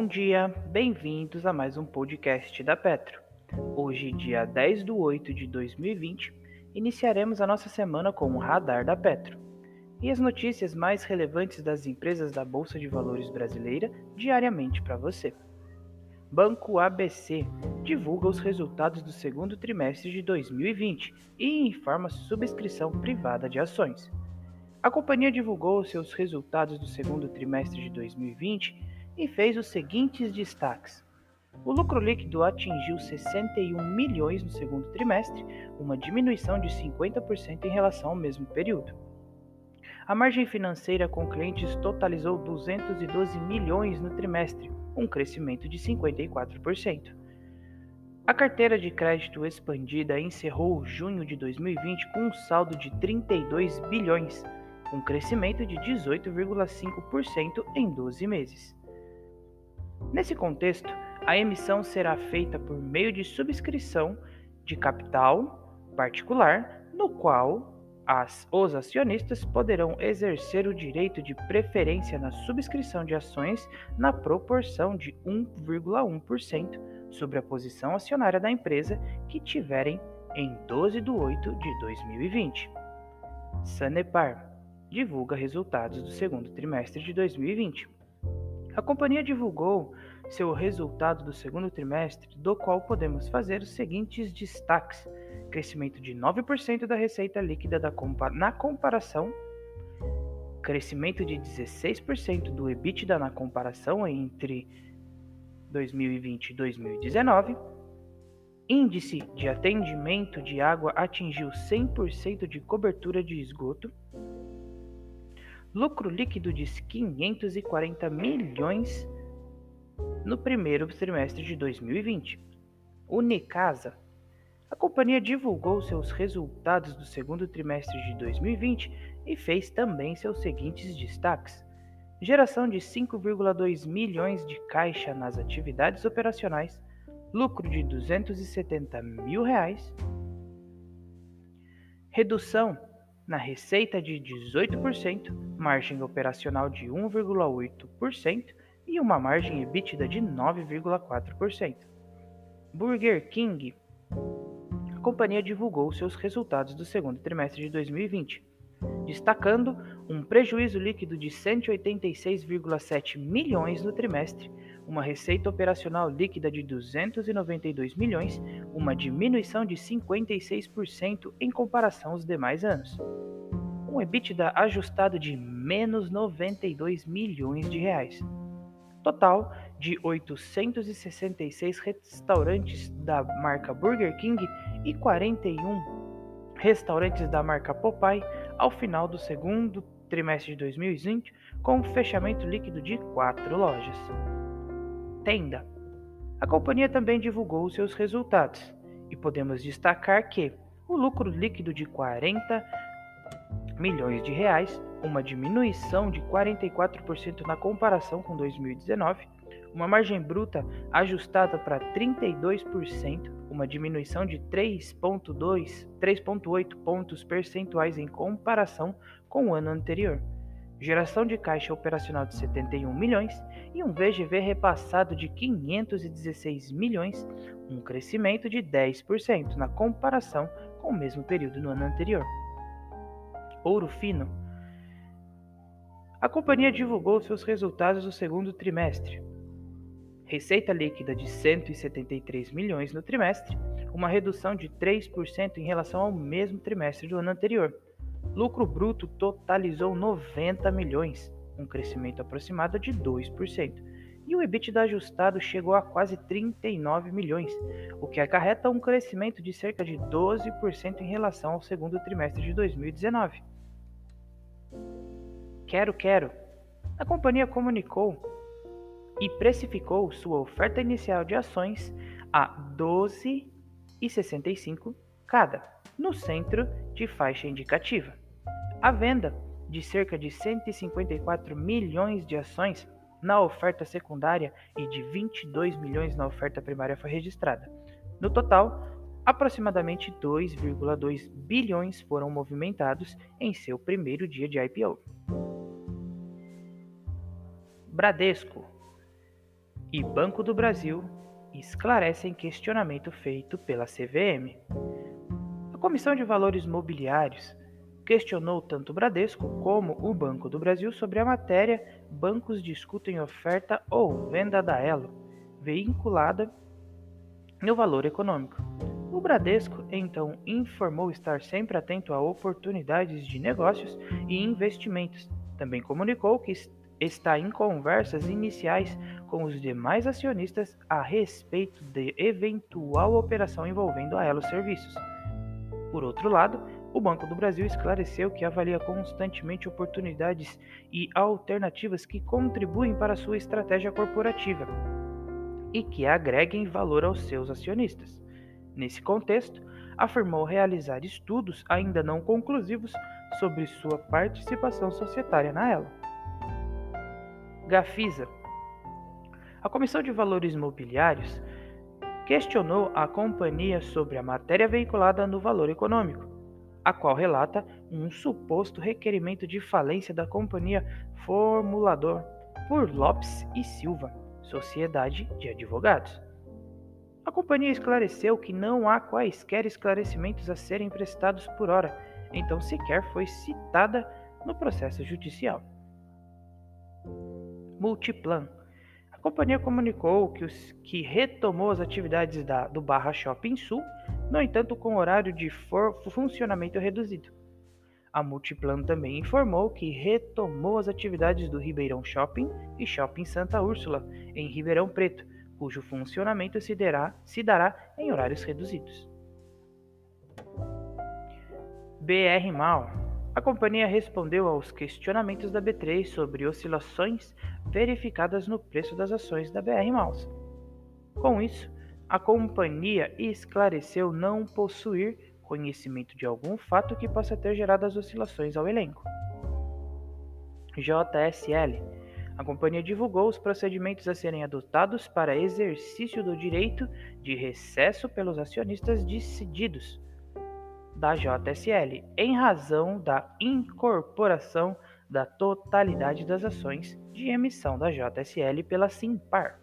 Bom dia, bem-vindos a mais um podcast da Petro. Hoje, dia 10/8/2020, iniciaremos a nossa semana com o Radar da Petro e as notícias mais relevantes das empresas da Bolsa de Valores brasileira diariamente para você. Banco ABC divulga os resultados do segundo trimestre de 2020 e informa subscrição privada de ações. A companhia divulgou seus resultados do segundo trimestre de 2020 e fez os seguintes destaques. O lucro líquido atingiu 61 milhões no segundo trimestre, uma diminuição de 50% em relação ao mesmo período. A margem financeira com clientes totalizou 212 milhões no trimestre, um crescimento de 54%. A carteira de crédito expandida encerrou junho de 2020 com um saldo de 32 bilhões, um crescimento de 18,5% em 12 meses. Nesse contexto, a emissão será feita por meio de subscrição de capital particular, no qual os acionistas poderão exercer o direito de preferência na subscrição de ações na proporção de 1,1% sobre a posição acionária da empresa que tiverem em 12/8/2020. Sanepar divulga resultados do segundo trimestre de 2020. A companhia divulgou seu resultado do segundo trimestre, do qual podemos fazer os seguintes destaques: crescimento de 9% da receita líquida na comparação, crescimento de 16% do EBITDA na comparação entre 2020 e 2019, índice de atendimento de água atingiu 100% de cobertura de esgoto, lucro líquido de 540 milhões no primeiro trimestre de 2020. Unicasa. A companhia divulgou seus resultados do segundo trimestre de 2020 e fez também seus seguintes destaques: geração de 5,2 milhões de caixa nas atividades operacionais, lucro de 270 mil reais, redução na receita de 18%, margem operacional de 1,8% e uma margem EBITDA de 9,4%. Burger King. A companhia divulgou seus resultados do segundo trimestre de 2020, destacando um prejuízo líquido de 186,7 milhões no trimestre, uma receita operacional líquida de 292 milhões, uma diminuição de 56% em comparação aos demais anos. Um EBITDA ajustado de menos 92 milhões de reais. Total de 866 restaurantes da marca Burger King e 41 restaurantes da marca Popeye ao final do segundo trimestre de 2020, com um fechamento líquido de 4 lojas. Tenda. A companhia também divulgou seus resultados e podemos destacar que o lucro líquido de 40 milhões de reais, uma diminuição de 44% na comparação com 2019, uma margem bruta ajustada para 32%, uma diminuição de 3,8 pontos percentuais em comparação com o ano anterior, geração de caixa operacional de 71 milhões e um VGV repassado de 516 milhões, um crescimento de 10% na comparação com o mesmo período no ano anterior. Ouro Fino. A companhia divulgou seus resultados do segundo trimestre. Receita líquida de 173 milhões no trimestre, uma redução de 3% em relação ao mesmo trimestre do ano anterior. Lucro bruto totalizou 90 milhões, um crescimento aproximado de 2%. E o EBITDA ajustado chegou a quase 39 milhões, o que acarreta um crescimento de cerca de 12% em relação ao segundo trimestre de 2019. Quero. A companhia comunicou e precificou sua oferta inicial de ações a R$ 12,65 cada, no centro de faixa indicativa. A venda de cerca de 154 milhões de ações na oferta secundária e de 22 milhões na oferta primária foi registrada. No total, aproximadamente 2,2 bilhões foram movimentados em seu primeiro dia de IPO. Bradesco. e Banco do Brasil esclarecem questionamento feito pela CVM. A Comissão de Valores Mobiliários questionou tanto o Bradesco como o Banco do Brasil sobre a matéria Bancos discutem oferta ou venda da Elo, vinculada no valor econômico. O Bradesco, então, informou estar sempre atento a oportunidades de negócios e investimentos. Também comunicou que está em conversas iniciais com os demais acionistas a respeito de eventual operação envolvendo a Elo Serviços. Por outro lado, o Banco do Brasil esclareceu que avalia constantemente oportunidades e alternativas que contribuem para a sua estratégia corporativa e que agreguem valor aos seus acionistas. Nesse contexto, afirmou realizar estudos ainda não conclusivos sobre sua participação societária na Elo. Gafisa. A Comissão de Valores Mobiliários questionou a companhia sobre a matéria veiculada no Valor Econômico, a qual relata um suposto requerimento de falência da companhia Formulador por Lopes e Silva, sociedade de advogados. A companhia esclareceu que não há quaisquer esclarecimentos a serem prestados por hora, então sequer foi citada no processo judicial. Multiplan. A companhia comunicou que retomou as atividades do Barra Shopping Sul, no entanto com horário de funcionamento reduzido. A Multiplan também informou que retomou as atividades do Ribeirão Shopping e Shopping Santa Úrsula, em Ribeirão Preto, cujo funcionamento se dará em horários reduzidos. BR Mal. A companhia respondeu aos questionamentos da B3 sobre oscilações verificadas no preço das ações da BR Malls. Com isso, a companhia esclareceu não possuir conhecimento de algum fato que possa ter gerado as oscilações ao elenco. JSL. A companhia divulgou os procedimentos a serem adotados para exercício do direito de recesso pelos acionistas decididos da JSL, em razão da incorporação da totalidade das ações de emissão da JSL pela Simpar.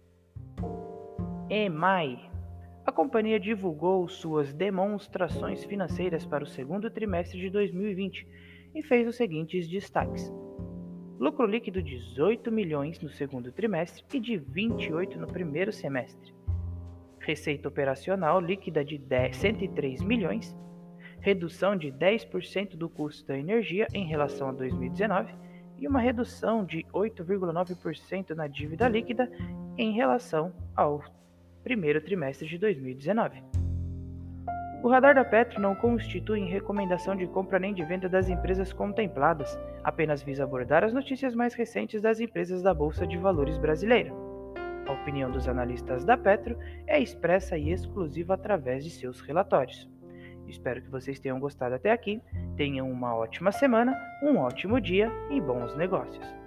EMAI. A companhia divulgou suas demonstrações financeiras para o segundo trimestre de 2020 e fez os seguintes destaques: lucro líquido de 18 milhões no segundo trimestre e de 28 no primeiro semestre. Receita operacional líquida de 103 milhões, redução de 10% do custo da energia em relação a 2019 e uma redução de 8,9% na dívida líquida em relação ao primeiro trimestre de 2019. O radar da Petro não constitui recomendação de compra nem de venda das empresas contempladas, apenas visa abordar as notícias mais recentes das empresas da Bolsa de Valores brasileira. A opinião dos analistas da Petro é expressa e exclusiva através de seus relatórios. Espero que vocês tenham gostado até aqui, tenham uma ótima semana, um ótimo dia e bons negócios.